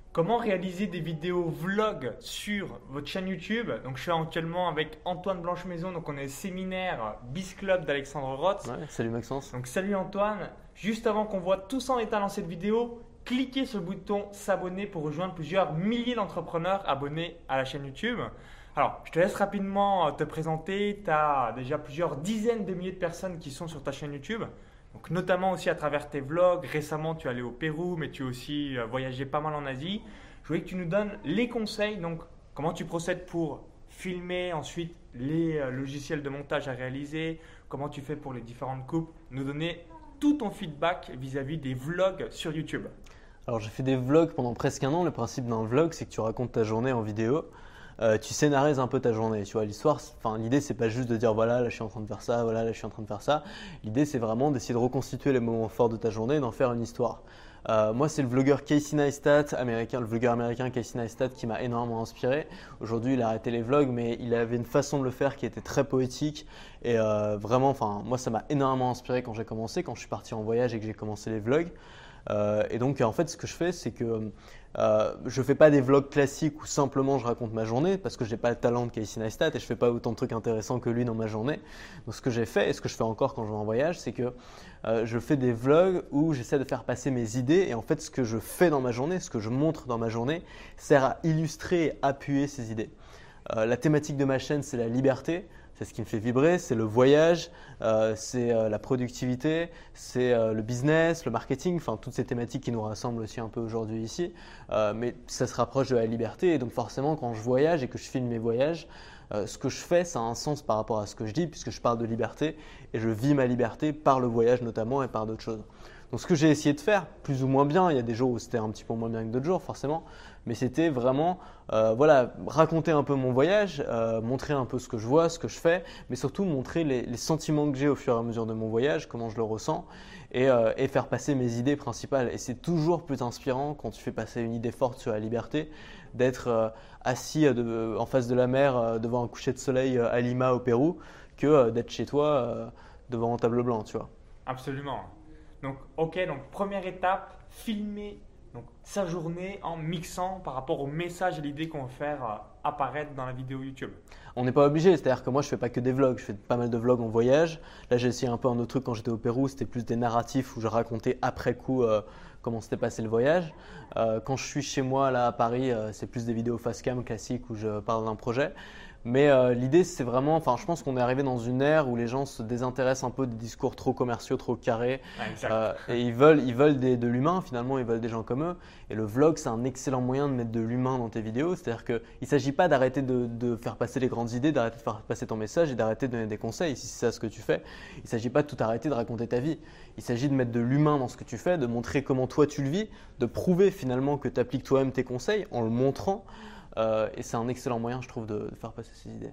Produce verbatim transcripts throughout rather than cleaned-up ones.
Comment réaliser des vidéos vlog sur votre chaîne YouTube? Donc, je suis actuellement avec Antoine Blanche-Maison. Donc, on est au séminaire Biz Club d'Alexandre Roth. Ouais, salut Maxence. Donc, salut Antoine. Juste avant qu'on voit tous en état dans cette vidéo, cliquez sur le bouton s'abonner pour rejoindre plusieurs milliers d'entrepreneurs abonnés à la chaîne YouTube. Alors, je te laisse rapidement te présenter. Tu as déjà plusieurs dizaines de milliers de personnes qui sont sur ta chaîne YouTube. Donc, notamment aussi à travers tes vlogs. Récemment, tu es allé au Pérou, mais tu as aussi euh, voyagé pas mal en Asie. Je voulais que tu nous donnes les conseils. Donc, comment tu procèdes pour filmer, ensuite les euh, logiciels de montage à réaliser, comment tu fais pour les différentes coupes, nous donner tout ton feedback vis-à-vis des vlogs sur YouTube. Alors j'ai fait des vlogs pendant presque un an. Le principe d'un vlog, c'est que tu racontes ta journée en vidéo. Euh, tu scénarises un peu ta journée. Tu vois, l'histoire, enfin, l'idée, c'est pas juste de dire voilà, là je suis en train de faire ça, voilà, là je suis en train de faire ça. L'idée, c'est vraiment d'essayer de reconstituer les moments forts de ta journée et d'en faire une histoire. Euh, moi, c'est le vlogueur Casey Neistat, américain, le vlogueur américain Casey Neistat qui m'a énormément inspiré. Aujourd'hui, il a arrêté les vlogs, mais il avait une façon de le faire qui était très poétique. Et euh, vraiment, enfin, moi, ça m'a énormément inspiré quand j'ai commencé, quand je suis parti en voyage et que j'ai commencé les vlogs. Euh, et donc, en fait, ce que je fais, c'est que euh, je ne fais pas des vlogs classiques où simplement je raconte ma journée parce que je n'ai pas le talent de Casey Neistat et je ne fais pas autant de trucs intéressants que lui dans ma journée. Donc, ce que j'ai fait et ce que je fais encore quand je vais en voyage, c'est que euh, je fais des vlogs où j'essaie de faire passer mes idées. Et en fait, ce que je fais dans ma journée, ce que je montre dans ma journée, sert à illustrer et appuyer ces idées. Euh, la thématique de ma chaîne, c'est la liberté. C'est ce qui me fait vibrer, c'est le voyage, euh, c'est euh, la productivité, c'est euh, le business, le marketing, enfin toutes ces thématiques qui nous rassemblent aussi un peu aujourd'hui ici. Euh, mais ça se rapproche de la liberté et donc forcément quand je voyage et que je filme mes voyages, euh, ce que je fais, ça a un sens par rapport à ce que je dis puisque je parle de liberté et je vis ma liberté par le voyage notamment et par d'autres choses. Donc ce que j'ai essayé de faire, plus ou moins bien, il y a des jours où c'était un petit peu moins bien que d'autres jours forcément, mais c'était vraiment euh, voilà, raconter un peu mon voyage, euh, montrer un peu ce que je vois, ce que je fais, mais surtout montrer les, les sentiments que j'ai au fur et à mesure de mon voyage, comment je le ressens et, euh, et faire passer mes idées principales. Et c'est toujours plus inspirant quand tu fais passer une idée forte sur la liberté, d'être euh, assis de, en face de la mer euh, devant un coucher de soleil euh, à Lima au Pérou que euh, d'être chez toi euh, devant un tableau blanc, tu vois. Absolument. Donc, ok, donc première étape, filmer donc, sa journée en mixant par rapport au message et l'idée qu'on veut faire euh, apparaître dans la vidéo YouTube. On n'est pas obligé, c'est-à-dire que moi je fais pas que des vlogs, je fais pas mal de vlogs en voyage. Là j'ai essayé un peu un autre truc quand j'étais au Pérou, c'était plus des narratifs où je racontais après coup euh, comment s'était passé le voyage. Euh, quand je suis chez moi là à Paris, euh, c'est plus des vidéos face cam classiques où je parle d'un projet. Mais euh, l'idée, c'est vraiment, enfin, je pense qu'on est arrivé dans une ère où les gens se désintéressent un peu des discours trop commerciaux, trop carrés. Ah, exact. Euh, et ils veulent, ils veulent des- de l'humain, finalement, ils veulent des gens comme eux. Et le vlog, c'est un excellent moyen de mettre de l'humain dans tes vidéos. C'est-à-dire qu'il ne s'agit pas d'arrêter de, de faire passer les grandes idées, d'arrêter de faire passer ton message et d'arrêter de donner des conseils, si c'est ça ce que tu fais. Il ne s'agit pas de tout arrêter de raconter ta vie. Il s'agit de mettre de l'humain dans ce que tu fais, de montrer comment toi tu le vis, de prouver finalement que tu appliques toi-même tes conseils en le montrant. Euh, et c'est un excellent moyen, je trouve, de, de faire passer ces idées.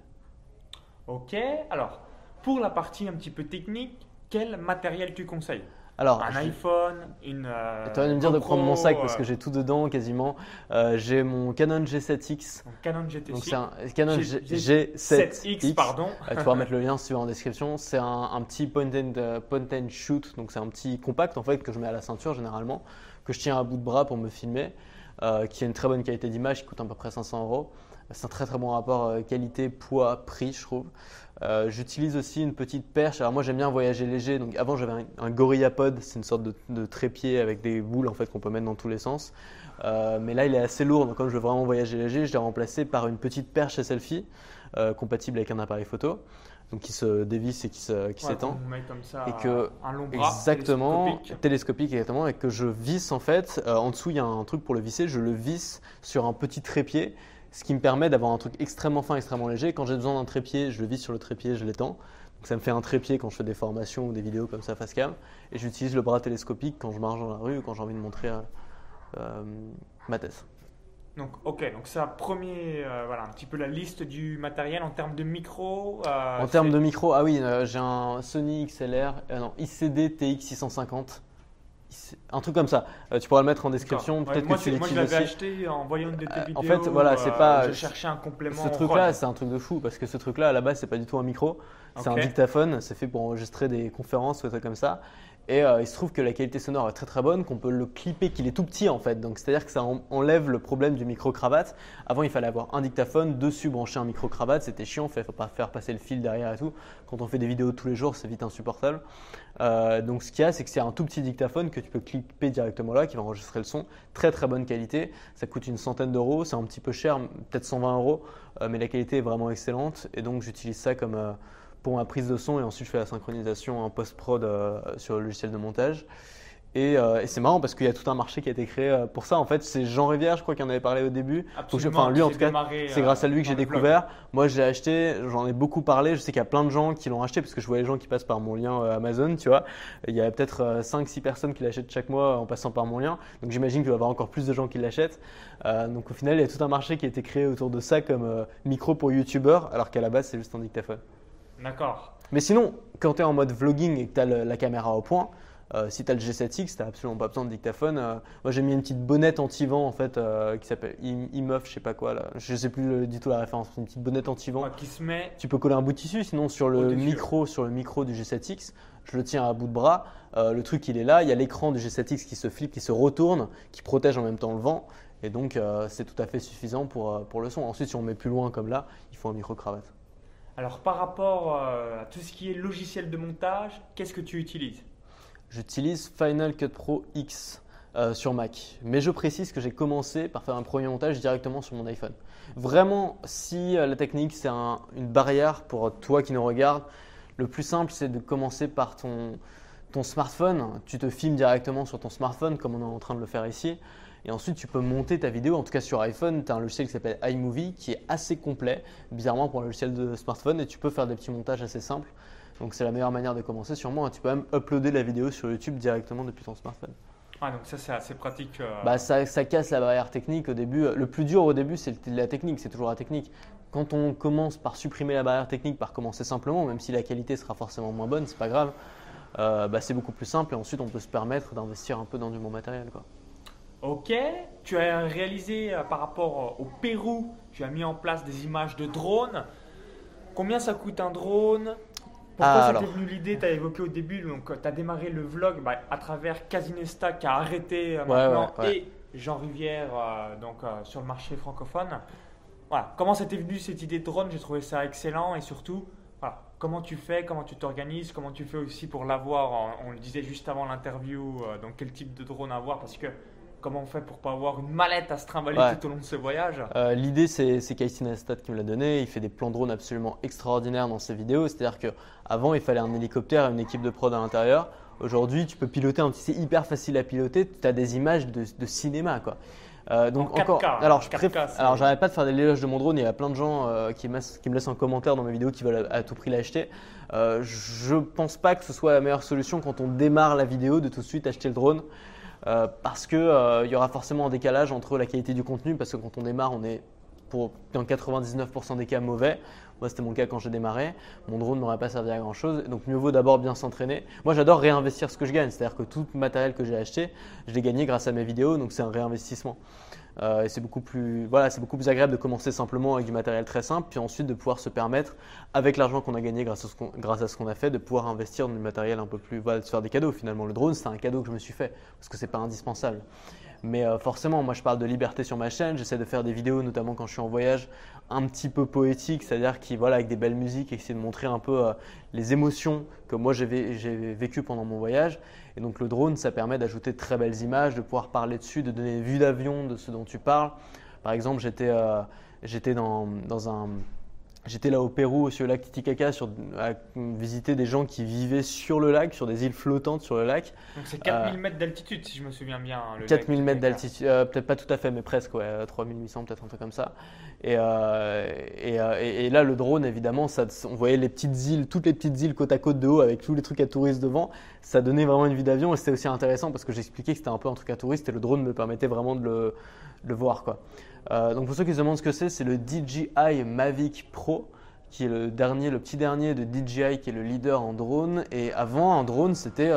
Ok, alors pour la partie un petit peu technique, quel matériel tu conseilles? Alors, Un je- iPhone, une. Euh, tu vas me dire de prendre mon sac parce GoPro, que j'ai tout dedans quasiment. Euh, j'ai mon Canon G sept X. euh, donc Canon G T Donc six. c'est un Canon G- G- G- G sept X. X, pardon. Euh, tu pourras mettre le lien si tu veux en description. C'est un, un petit point and, euh, point and shoot. Donc c'est un petit compact en fait que je mets à la ceinture généralement, que je tiens à bout de bras pour me filmer, euh, qui a une très bonne qualité d'image, qui coûte à peu près cinq cents euros. C'est un très très bon rapport euh, qualité-poids-prix, je trouve. Euh, J'utilise aussi une petite perche. Alors moi j'aime bien voyager léger. Donc avant j'avais un, un GorillaPod, c'est une sorte de, de trépied avec des boules en fait qu'on peut mettre dans tous les sens. Euh, mais là il est assez lourd. Donc comme je veux vraiment voyager léger, je l'ai remplacé par une petite perche à selfie euh, compatible avec un appareil photo, donc qui se dévisse et qui se- qui Ouais, s'étend. qu'on met comme ça, Et que un long bras exactement télescopique. télescopique exactement et que je visse en fait euh, en dessous il y a un truc pour le visser, je le visse sur un petit trépied, ce qui me permet d'avoir un truc extrêmement fin, extrêmement léger. Quand j'ai besoin d'un trépied, je le visse sur le trépied, je l'étends. Donc ça me fait un trépied quand je fais des formations ou des vidéos comme ça face cam. Et j'utilise le bras télescopique quand je marche dans la rue ou quand j'ai envie de montrer euh, euh, ma thèse. Donc, ok, donc ça, premier, euh, voilà, un petit peu la liste du matériel en termes de micro. euh, En termes c'est- de micro, ah oui, euh, j'ai un Sony X L R, euh, non, I C D T X six cent cinquante. Un truc comme ça. Euh, tu pourras le mettre en description. D'accord. Ouais, Peut-être moi, que tu c'est- moi, je l'utilises l'avais aussi. acheté en voyant une de tes Euh, vidéos. en fait, voilà, c'est euh, pas- Je cherchais un complément. Ce truc-là, c'est un truc de fou parce que ce truc-là, à la base, c'est pas du tout un micro. C'est Ok. un dictaphone. C'est fait pour enregistrer des conférences ou des trucs comme ça. Et euh, il se trouve que la qualité sonore est très très bonne, qu'on peut le clipper, qu'il est tout petit en fait. Donc c'est-à-dire que ça en- enlève le problème du micro-cravate. Avant, il fallait avoir un dictaphone, dessus brancher un micro-cravate. C'était chiant, il ne faut pas faire passer le fil derrière et tout. Quand on fait des vidéos tous les jours, c'est vite insupportable. Euh, donc ce qu'il y a, c'est que c'est un tout petit dictaphone que tu peux clipper directement là, qui va enregistrer le son. Très très bonne qualité. Ça coûte une centaine d'euros. C'est un petit peu cher, peut-être cent vingt euros. Euh, mais la qualité est vraiment excellente. Et donc j'utilise ça comme… Euh, pour ma prise de son et ensuite je fais la synchronisation en post-prod euh, sur le logiciel de montage. Et, euh, et c'est marrant parce qu'il y a tout un marché qui a été créé euh, pour ça. En fait, c'est Jean Rivière, je crois qu'il en avait parlé au début. Absolument, Enfin, lui, en qui tout s'est cas, démarré, c'est euh, grâce à lui que dans j'ai le blog. découvert. Moi, je l'ai acheté, j'en ai beaucoup parlé. Je sais qu'il y a plein de gens qui l'ont acheté parce que je vois les gens qui passent par mon lien euh, Amazon, tu vois. Il y a peut-être euh, cinq six personnes qui l'achètent chaque mois en passant par mon lien. Donc, j'imagine qu'il va y avoir encore plus de gens qui l'achètent. Euh, donc, au final, il y a tout un marché qui a été créé autour de ça comme euh, micro pour youtubeur, alors qu'à la base, c'est juste un dictaphone. D'accord. Mais sinon, quand tu es en mode vlogging et que tu as la caméra au point, euh, si tu as le G sept X, tu n'as absolument pas besoin de dictaphone. Euh, moi, j'ai mis une petite bonnette anti-vent en fait, euh, qui s'appelle I- IMUF, je sais pas quoi. Là. Je sais plus le- du tout la référence. Une petite bonnette anti-vent. Ouais, qui se met. Tu peux coller un bout de tissu, sinon sur le Au-dessus. micro, sur le micro du G sept X, je le tiens à bout de bras. Euh, le truc, il est là. Il y a l'écran du G sept X qui se flippe, qui se retourne, qui protège en même temps le vent. Et donc, euh, c'est tout à fait suffisant pour, euh, pour le son. Ensuite, si on met plus loin comme là, il faut un micro-cravate. Alors, par rapport euh, à tout ce qui est logiciel de montage, qu'est-ce que tu utilises? J'utilise Final Cut Pro X euh, sur Mac, mais je précise que j'ai commencé par faire un premier montage directement sur mon iPhone. Vraiment, si euh, la technique c'est un- une barrière pour toi qui nous regarde, le plus simple c'est de commencer par ton, ton smartphone. Tu te filmes directement sur ton smartphone comme on est en train de le faire ici. Et ensuite, tu peux monter ta vidéo. En tout cas, sur iPhone, tu as un logiciel qui s'appelle iMovie qui est assez complet, bizarrement pour un logiciel de smartphone, et tu peux faire des petits montages assez simples. Donc, c'est la meilleure manière de commencer sûrement. Tu peux même uploader la vidéo sur YouTube directement depuis ton smartphone. Ah, donc ça, c'est assez pratique. euh. Bah, ça, ça casse la barrière technique au début. Le plus dur au début, c'est la technique, c'est toujours la technique. Quand on commence par supprimer la barrière technique, par commencer simplement, même si la qualité sera forcément moins bonne, c'est pas grave, euh, bah, c'est beaucoup plus simple et ensuite on peut se permettre d'investir un peu dans du bon matériel, quoi. Ok, tu as réalisé euh, par rapport euh, au Pérou, tu as mis en place des images de drones. Combien ça coûte un drone? Pourquoi Ah, c'était alors. venu l'idée? Tu as évoqué au début, donc tu as démarré le vlog bah, à travers Casinesta qui a arrêté euh, Ouais, maintenant ouais, ouais. et Jean Rivière euh, donc, euh, sur le marché francophone. Voilà. Comment c'était venu cette idée de drone? J'ai trouvé ça excellent et surtout, voilà, comment tu fais, comment tu t'organises, comment tu fais aussi pour l'avoir. On, on le disait juste avant l'interview, euh, donc quel type de drone avoir parce que comment on fait pour pas avoir une mallette à se trimballer Ouais. tout au long de ce voyage? Euh, L'idée, c'est c'est Casey Neistat qui me l'a donné. Il fait des plans drone absolument extraordinaires dans ses vidéos. C'est-à-dire qu'avant, il fallait un hélicoptère et une équipe de prod à l'intérieur. Aujourd'hui, tu peux piloter un petit, c'est hyper facile à piloter. Tu as des images de, de cinéma, quoi. Euh, donc En quatre K, encore, hein, alors je quatre K, préfère, c'est- alors j'arrête pas de faire des éloges de mon drone. Il y a plein de gens euh, qui, me- qui me laissent un commentaire dans mes vidéos qui veulent à, à tout prix l'acheter. Euh, je pense pas que ce soit la meilleure solution quand on démarre la vidéo de tout de suite acheter le drone. Euh, parce qu'il euh, y aura forcément un décalage entre la qualité du contenu, parce que quand on démarre, on est pour, dans quatre-vingt-dix-neuf pour cent des cas mauvais. Moi, c'était mon cas quand j'ai démarré. Mon drone n'aurait pas servi à grand chose. Donc, mieux vaut d'abord bien s'entraîner. Moi, j'adore réinvestir ce que je gagne. C'est-à-dire que tout le matériel que j'ai acheté, je l'ai gagné grâce à mes vidéos. Donc, c'est un réinvestissement. Euh, et c'est beaucoup plus, voilà, c'est beaucoup plus agréable de commencer simplement avec du matériel très simple, puis ensuite de pouvoir se permettre, avec l'argent qu'on a gagné grâce à ce qu'on, grâce à ce qu'on a fait, de pouvoir investir dans du matériel un peu plus, voilà, de se faire des cadeaux finalement. Le drone, c'est un cadeau que je me suis fait parce que c'est pas indispensable. Mais euh, forcément, moi je parle de liberté sur ma chaîne, j'essaie de faire des vidéos, notamment quand je suis en voyage, un petit peu poétiques, c'est-à-dire qui, voilà, avec des belles musiques, et essayer de montrer un peu euh, les émotions que moi j'ai, vé- j'ai vécues pendant mon voyage. Et donc le drone, ça permet d'ajouter de très belles images, de pouvoir parler dessus, de donner une vue d'avion de ce dont tu parles. Par exemple, j'étais euh, j'étais dans, dans un… J'étais là au Pérou, sur le lac Titicaca, sur, à visiter des gens qui vivaient sur le lac, sur des îles flottantes sur le lac. Donc c'est quatre mille mètres d'altitude si je me souviens bien. hein, le quatre mille lac mètres Titicaca. d'altitude, euh, peut-être pas tout à fait, mais presque, ouais, trois mille huit cents, peut-être un truc comme ça. Et, euh, et, euh, et- et là, le drone, évidemment, ça, on voyait les petites îles, toutes les petites îles côte à côte de haut, avec tous les trucs à touristes devant. Ça donnait vraiment une vue d'avion et c'était aussi intéressant parce que j'expliquais que c'était un peu un truc à touristes et le drone me permettait vraiment de le, de le voir, quoi. Euh, donc pour ceux qui se demandent ce que c'est, c'est le D J I Mavic Pro, qui est le dernier, le petit dernier de D J I, qui est le leader en drone. Et avant, un drone, c'était un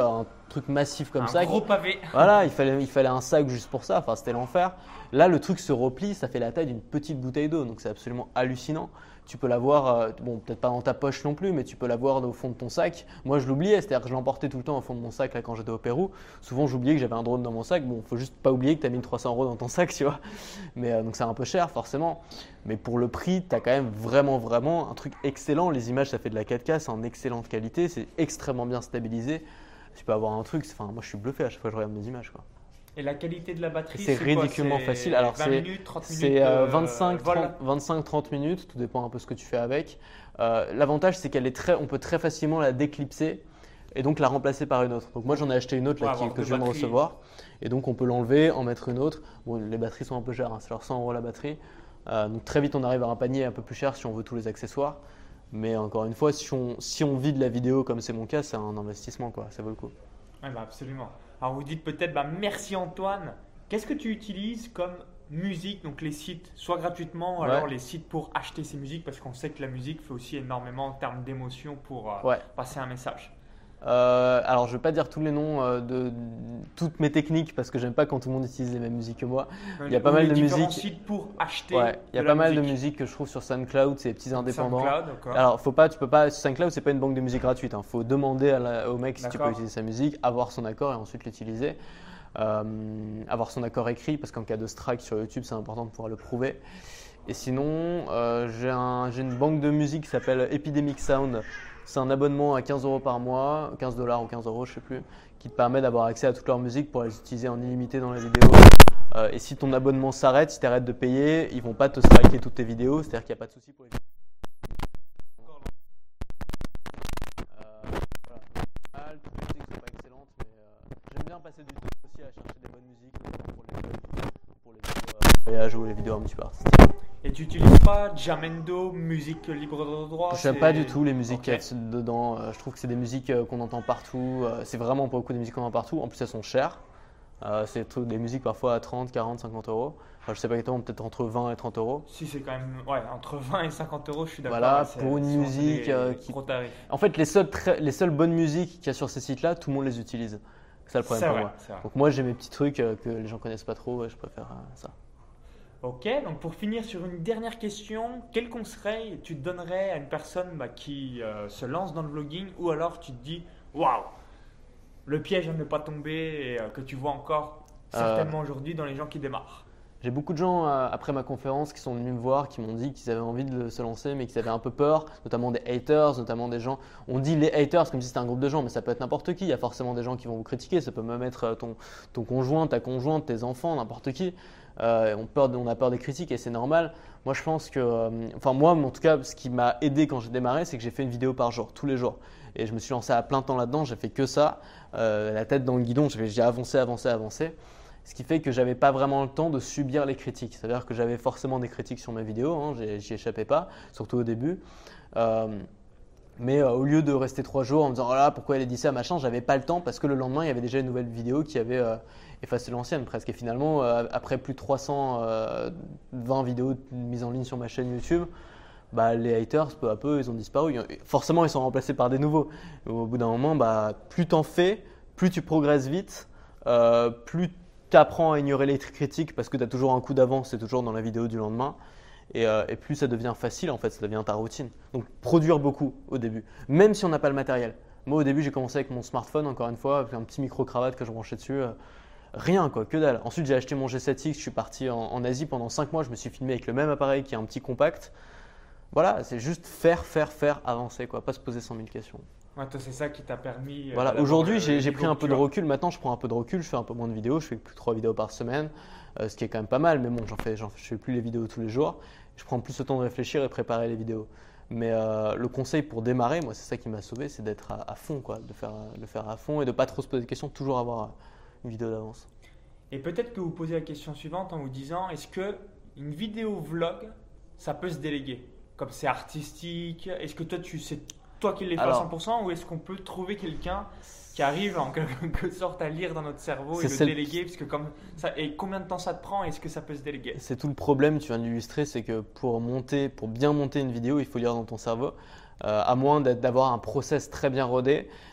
truc massif comme un ça. gros pavé. Voilà, il fallait, il fallait un sac juste pour ça, enfin c'était l'enfer. Là, le truc se replie, ça fait la taille d'une petite bouteille d'eau, donc c'est absolument hallucinant. Tu peux l'avoir, euh, bon peut-être pas dans ta poche non plus, mais tu peux l'avoir au fond de ton sac. Moi je l'oubliais, c'est-à-dire que je l'emportais tout le temps au fond de mon sac là quand j'étais au Pérou. Souvent j'oubliais que j'avais un drone dans mon sac. Bon, faut juste pas oublier que tu as mis trois cents euros dans ton sac, tu vois. Mais euh, donc c'est un peu cher forcément. Mais pour le prix, tu as quand même vraiment vraiment un truc excellent. Les images, ça fait de la quatre K, c'est en excellente qualité, c'est extrêmement bien stabilisé. Tu peux avoir un truc, enfin moi je suis bluffé à chaque fois que je regarde mes images, quoi. Et la qualité de la batterie, c'est ridiculement facile. Alors vingt c'est minutes, trente minutes, c'est euh, euh, vingt-cinq trente minutes, tout dépend un peu ce que tu fais avec. Euh, L'avantage c'est qu'elle est très, on peut très facilement la déclipser et donc la remplacer par une autre. Donc moi j'en ai acheté une autre là, qui, que je viens de recevoir et donc on peut l'enlever, en mettre une autre. Bon, les batteries sont un peu chères, hein, c'est genre cent euros la batterie. Euh, donc très vite on arrive à un panier un peu plus cher si on veut tous les accessoires. Mais encore une fois, si on, si on vit de la vidéo comme c'est mon cas, c'est un investissement, quoi, ça vaut le coup. Ouais, bah absolument. Alors vous dites peut-être, bah, merci Antoine. Qu'est-ce que tu utilises comme musique, donc les sites, soit gratuitement, ou Ouais. alors les sites pour acheter ces musiques, parce qu'on sait que la musique fait aussi énormément en termes d'émotion pour euh, Ouais. passer un message. Euh, alors je ne vais pas dire tous les noms euh, de, de toutes mes techniques parce que j'aime pas quand tout le monde utilise les mêmes musiques que moi. Il y a pas Ou mal les de différents musiques. sites pour acheter. Ouais, il y a de pas la mal de musique. musiques que je trouve sur SoundCloud, c'est les petits indépendants. SoundCloud, d'accord. Alors faut pas, tu peux pas, SoundCloud c'est pas une banque de musique gratuite. Il faut demander à la- au mec si tu peux D'accord. utiliser sa musique, avoir son accord et ensuite l'utiliser. Euh, avoir son accord écrit parce qu'en cas de strike sur YouTube c'est important de pouvoir le prouver. Et sinon euh, j'ai un, j'ai une banque de musique qui s'appelle Epidemic Sound. C'est un abonnement à quinze euros par mois, quinze dollars ou quinze euros je sais plus, qui te permet d'avoir accès à toute leur musique pour les utiliser en illimité dans les vidéos. Euh, et si ton abonnement s'arrête, si tu arrêtes de payer, ils vont pas te striker toutes tes vidéos, c'est-à-dire qu'il n'y a pas de souci pour les vidéos. Euh, voilà. Toutes les musiques sont pas excellentes, mais euh, j'aime bien passer du temps aussi à chercher des bonnes musiques pour les, pour les vidéos euh, voyage ou les vidéos un petit peu artistiques. Et tu n'utilises pas Jamendo, musique libre de droit? Je n'aime pas du tout les musiques Okay. qu'il y a dedans. Euh, je trouve que c'est des musiques euh, qu'on entend partout. Euh, c'est vraiment pour le coup des musiques qu'on entend partout. En plus, elles sont chères. Euh, c'est des, des musiques parfois à trente, quarante, cinquante euros. Enfin, je sais pas exactement, peut-être entre vingt et trente euros. Si c'est quand même, ouais, entre vingt et cinquante euros, je suis d'accord. Voilà, ouais, pour une souvent, musique des euh, qui. gros tarifs. En fait, les seules, très- les seules bonnes musiques qu'il y a sur ces sites-là, tout le monde les utilise. C'est ça le problème C'est pour vrai, moi. c'est vrai. Donc moi, j'ai mes petits trucs euh, que les gens connaissent pas trop et je préfère euh, ça. Ok, donc pour finir sur une dernière question, quel conseil tu donnerais à une personne bah, qui euh, se lance dans le vlogging ou alors tu te dis waouh, le piège à ne pas tomber et euh, que tu vois encore certainement aujourd'hui dans les gens qui démarrent? J'ai beaucoup de gens euh, après ma conférence qui sont venus me voir, qui m'ont dit qu'ils avaient envie de se lancer mais qu'ils avaient un peu peur, notamment des haters, notamment des gens. On dit les haters comme si c'était un groupe de gens, mais ça peut être n'importe qui. Il y a forcément des gens qui vont vous critiquer. Ça peut même être euh, ton, ton conjoint, ta conjointe, tes enfants, n'importe qui. Euh, on, peur, on a peur des critiques et c'est normal. Moi, je pense que, euh, enfin moi, en tout cas, ce qui m'a aidé quand j'ai démarré, c'est que j'ai fait une vidéo par jour, tous les jours. Et je me suis lancé à plein temps là-dedans. J'ai fait que ça, euh, la tête dans le guidon. J'ai j'ai avancé, avancé, avancé. Ce qui fait que j'avais pas vraiment le temps de subir les critiques. C'est-à-dire que j'avais forcément des critiques sur mes vidéos, hein, j'y échappais pas, surtout au début. Euh, mais euh, au lieu de rester trois jours en me disant oh là pourquoi elle a dit ça machin, j'avais pas le temps parce que le lendemain il y avait déjà une nouvelle vidéo qui avait euh, effacé l'ancienne presque. Et finalement euh, après plus de trois cent vingt vidéos mises en ligne sur ma chaîne YouTube, bah, les haters peu à peu ils ont disparu. Forcément ils sont remplacés par des nouveaux. Et au bout d'un moment, bah, plus t'en fais, plus tu progresses vite, euh, plus tu apprends à ignorer les critiques parce que tu as toujours un coup d'avance, c'est toujours dans la vidéo du lendemain. Et, euh, et plus ça devient facile, en fait, ça devient ta routine. Donc, produire beaucoup au début, même si on n'a pas le matériel. Moi, au début, j'ai commencé avec mon smartphone, encore une fois, avec un petit micro-cravate que je branchais dessus. Euh, rien, quoi, que dalle. Ensuite, j'ai acheté mon G sept X, je suis parti en, en Asie pendant cinq mois. Je me suis filmé avec le même appareil qui est un petit compact. Voilà, c'est juste faire, faire, faire, avancer, quoi, pas se poser cent mille questions. Ouais, toi, c'est ça qui t'a permis. euh, Voilà, d'avoir aujourd'hui le j'ai j'ai niveau pris un que peu tu de as. recul. Maintenant, je prends un peu de recul, je fais un peu moins de vidéos, je fais plus trois vidéos par semaine, euh, ce qui est quand même pas mal. Mais bon, j'en fais, j'en je fais plus les vidéos tous les jours. Je prends plus le temps de réfléchir et préparer les vidéos. Mais euh, le conseil pour démarrer, moi, c'est ça qui m'a sauvé, c'est d'être à, à fond, quoi, de faire, de le faire à fond et de pas trop se poser de questions, toujours avoir une vidéo d'avance. Et peut-être que vous posez la question suivante en vous disant est-ce que une vidéo vlog, ça peut se déléguer? Comme c'est artistique, est-ce que toi, tu sais toi qui l'es fait à Alors, cent pour cent ou est-ce qu'on peut trouver quelqu'un qui arrive en quelque sorte à lire dans notre cerveau et C'est le celle- déléguer parce que comme ça, et combien de temps ça te prend? Est-ce que ça peut se déléguer? C'est tout le problème, tu viens d'illustrer, c'est que pour monter, pour bien monter une vidéo, il faut lire dans ton cerveau. Euh, à moins d'être- d'avoir un process très bien rodé.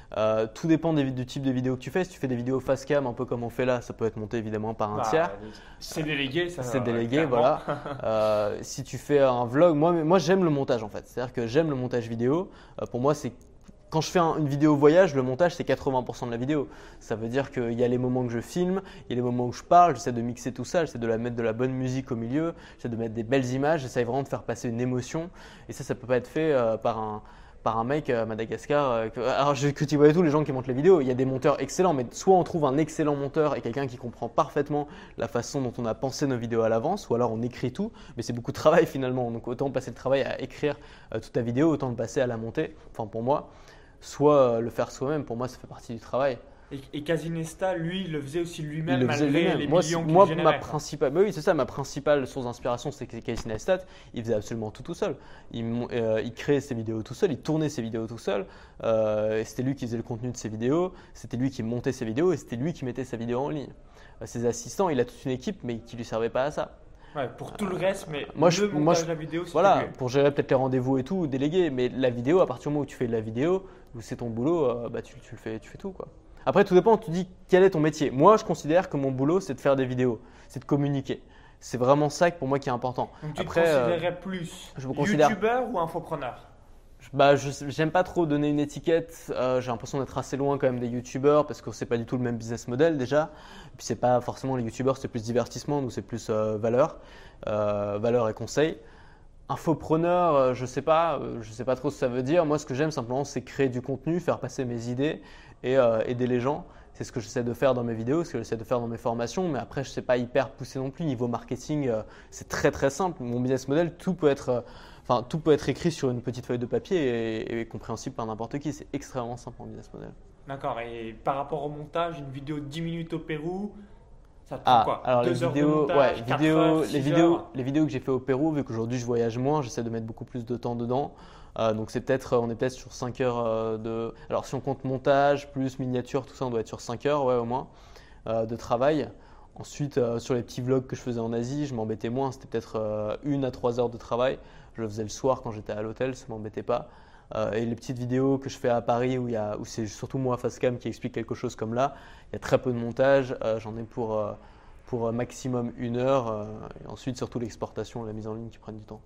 Euh, tout dépend des, du type de vidéo que tu fais. Si tu fais des vidéos face cam, un peu comme on fait là, ça peut être monté évidemment par un Bah, tiers. c'est délégué, ça. C'est euh, délégué, clairement. voilà. Euh, si tu fais un vlog, moi, moi j'aime le montage en fait. C'est-à-dire que j'aime le montage vidéo. Euh, pour moi, c'est quand je fais un- une vidéo voyage, le montage c'est quatre-vingts pour cent de la vidéo. Ça veut dire qu'il y a les moments que je filme, il y a les moments où je parle, j'essaie de mixer tout ça, j'essaie de la mettre de la bonne musique au milieu, j'essaie de mettre des belles images, j'essaie vraiment de faire passer une émotion. Et ça, ça peut pas être fait euh, par un par un mec à Madagascar. euh, que- alors, je critique pas du tout les gens qui montent les vidéos. Il y a des monteurs excellents, mais soit on trouve un excellent monteur et quelqu'un qui comprend parfaitement la façon dont on a pensé nos vidéos à l'avance, ou alors on écrit tout, mais c'est beaucoup de travail finalement. Donc autant passer le travail à écrire euh, toute ta vidéo, autant le passer à la monter. Enfin pour moi, soit euh, le faire soi-même. Pour moi, ça fait partie du travail. Et, et Casinesta, lui, il le faisait aussi Il lui-même le faisait malgré lui-même. les Moi, millions c'est- qu'il moi, générait. ma quoi. principale, bah oui, c'est ça, ma principale source d'inspiration, c'est Casey Neistat. Il faisait absolument tout tout seul. Il, mon- euh, il créait ses vidéos tout seul, il tournait ses vidéos tout seul. Euh, et c'était lui qui faisait le contenu de ses vidéos, c'était lui qui montait ses vidéos et c'était lui qui mettait sa vidéo en ligne. Euh, ses assistants, il a toute une équipe, mais qui lui servait pas à ça. Ouais, pour tout le reste, mais moi, le je- montage moi, je- de la vidéo, c'était Voilà, lui. pour gérer peut-être les rendez-vous et tout, déléguer. Mais la vidéo, à partir du moment où tu fais de la vidéo, où c'est ton boulot, euh, bah, tu, tu le fais, tu fais tout quoi. Après, tout dépend, tu dis quel est ton métier. Moi, je considère que mon boulot, c'est de faire des vidéos, c'est de communiquer. C'est vraiment ça pour moi qui est important. Donc tu Après, te euh, considérais plus je me considère- youtubeur ou infopreneur? je- bah, je j'aime pas trop donner une étiquette. Euh, j'ai l'impression d'être assez loin quand même des youtubeurs parce que c'est pas du tout le même business model déjà. Et puis c'est pas forcément les youtubeurs, c'est plus divertissement, nous c'est plus euh, valeur, euh, valeur et conseil. Infopreneur, euh, je sais pas, euh, je sais pas trop ce que ça veut dire. Moi, ce que j'aime simplement, c'est créer du contenu, faire passer mes idées et euh, aider les gens. C'est ce que j'essaie de faire dans mes vidéos, ce que j'essaie de faire dans mes formations. Mais après, je ne sais pas hyper poussé non plus. Niveau marketing, euh, c'est très très simple. Mon business model, tout peut être, euh, enfin, tout peut être écrit sur une petite feuille de papier et, et compréhensible par n'importe qui. C'est extrêmement simple en business model. D'accord, et par rapport au montage, une vidéo de dix minutes au Pérou, ça te prend Ah, quoi? alors les Deux heures de vidéos, montage, ouais, quatre vidéos, heures, les six vidéos, heures. les vidéos que j'ai fait au Pérou, vu qu'aujourd'hui je voyage moins, j'essaie de mettre beaucoup plus de temps dedans. Euh, donc c'est peut-être, on est peut-être sur cinq heures euh, de. Alors si on compte montage plus miniature, tout ça, on doit être sur cinq heures, ouais, au moins, euh, de travail. Ensuite, euh, sur les petits vlogs que je faisais en Asie, je m'embêtais moins. C'était peut-être euh, une à trois heures de travail. Je le faisais le soir quand j'étais à l'hôtel, ça m'embêtait pas. Euh, et les petites vidéos que je fais à Paris où, il y a, où c'est surtout moi face cam qui explique quelque chose comme là, il y a très peu de montage. Euh, j'en ai pour, euh, pour maximum une heure. Euh, et ensuite, surtout l'exportation et la mise en ligne qui prennent du temps.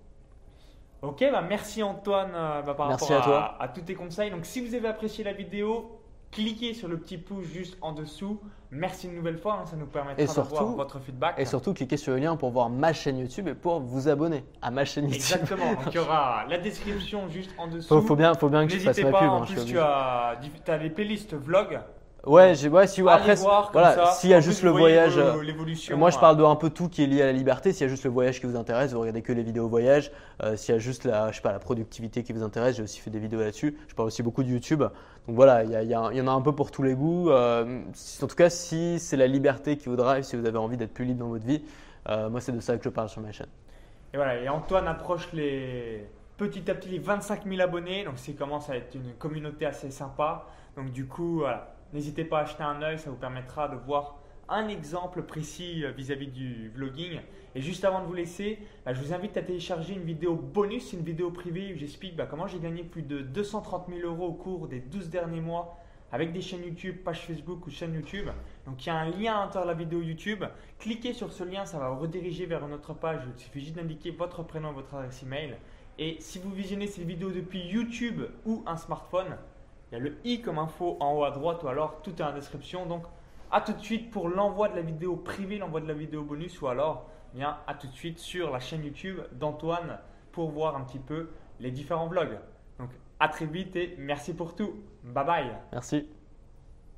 Ok, bah merci Antoine euh, bah, par Merci rapport à à, toi. à tous tes conseils. Donc si vous avez apprécié la vidéo, cliquez sur le petit pouce juste en dessous. Merci une nouvelle fois, hein, ça nous permettra Et d'avoir surtout- votre feedback. Et surtout, cliquez sur le lien pour voir ma chaîne YouTube et pour vous abonner à ma chaîne YouTube. Exactement, donc il y aura la description juste en dessous. Faut, faut bien, faut bien que je fasse N'hésitez ma pas, pub. en hein, je suis plus tu obligé. as, tu as les playlists vlog. Ouais, j'ai, ouais, si, Allez après, voir comme voilà, ça. s'il y a En juste plus, le vous voyez voyage. le- euh, l'évolution. Moi, je euh, parle de un peu tout qui est lié à la liberté. S'il y a juste le voyage qui vous intéresse, vous regardez que les vidéos voyage. Euh, s'il y a juste la, je sais pas, la productivité qui vous intéresse, j'ai aussi fait des vidéos là-dessus. Je parle aussi beaucoup de YouTube. Donc voilà, il y, a- il y, a- il y en a un peu pour tous les goûts. Euh, si- en tout cas, si c'est la liberté qui vous drive, si vous avez envie d'être plus libre dans votre vie, euh, moi, c'est de ça que je parle sur ma chaîne. Et voilà, et Antoine approche les petit à petit les vingt-cinq mille abonnés, donc c'est commence à être une communauté assez sympa. Donc du coup, voilà, n'hésitez pas à acheter un œil, ça vous permettra de voir un exemple précis euh, vis-à-vis du vlogging. Et juste avant de vous laisser, bah, je vous invite à télécharger une vidéo bonus, une vidéo privée où j'explique bah, comment j'ai gagné plus de deux cent trente mille euros au cours des douze derniers mois avec des chaînes YouTube, page Facebook ou chaîne YouTube. Donc il y a un lien à l'intérieur de la vidéo YouTube. Cliquez sur ce lien, ça va vous rediriger vers une autre page. Il suffit juste d'indiquer votre prénom et votre adresse email. Et si vous visionnez cette vidéo depuis YouTube ou un smartphone, il y a le i comme info en haut à droite ou alors tout est en description. Donc à tout de suite pour l'envoi de la vidéo privée, l'envoi de la vidéo bonus ou alors bien à tout de suite sur la chaîne YouTube d'Antoine pour voir un petit peu les différents vlogs. Donc à très vite et merci pour tout. Bye bye. Merci.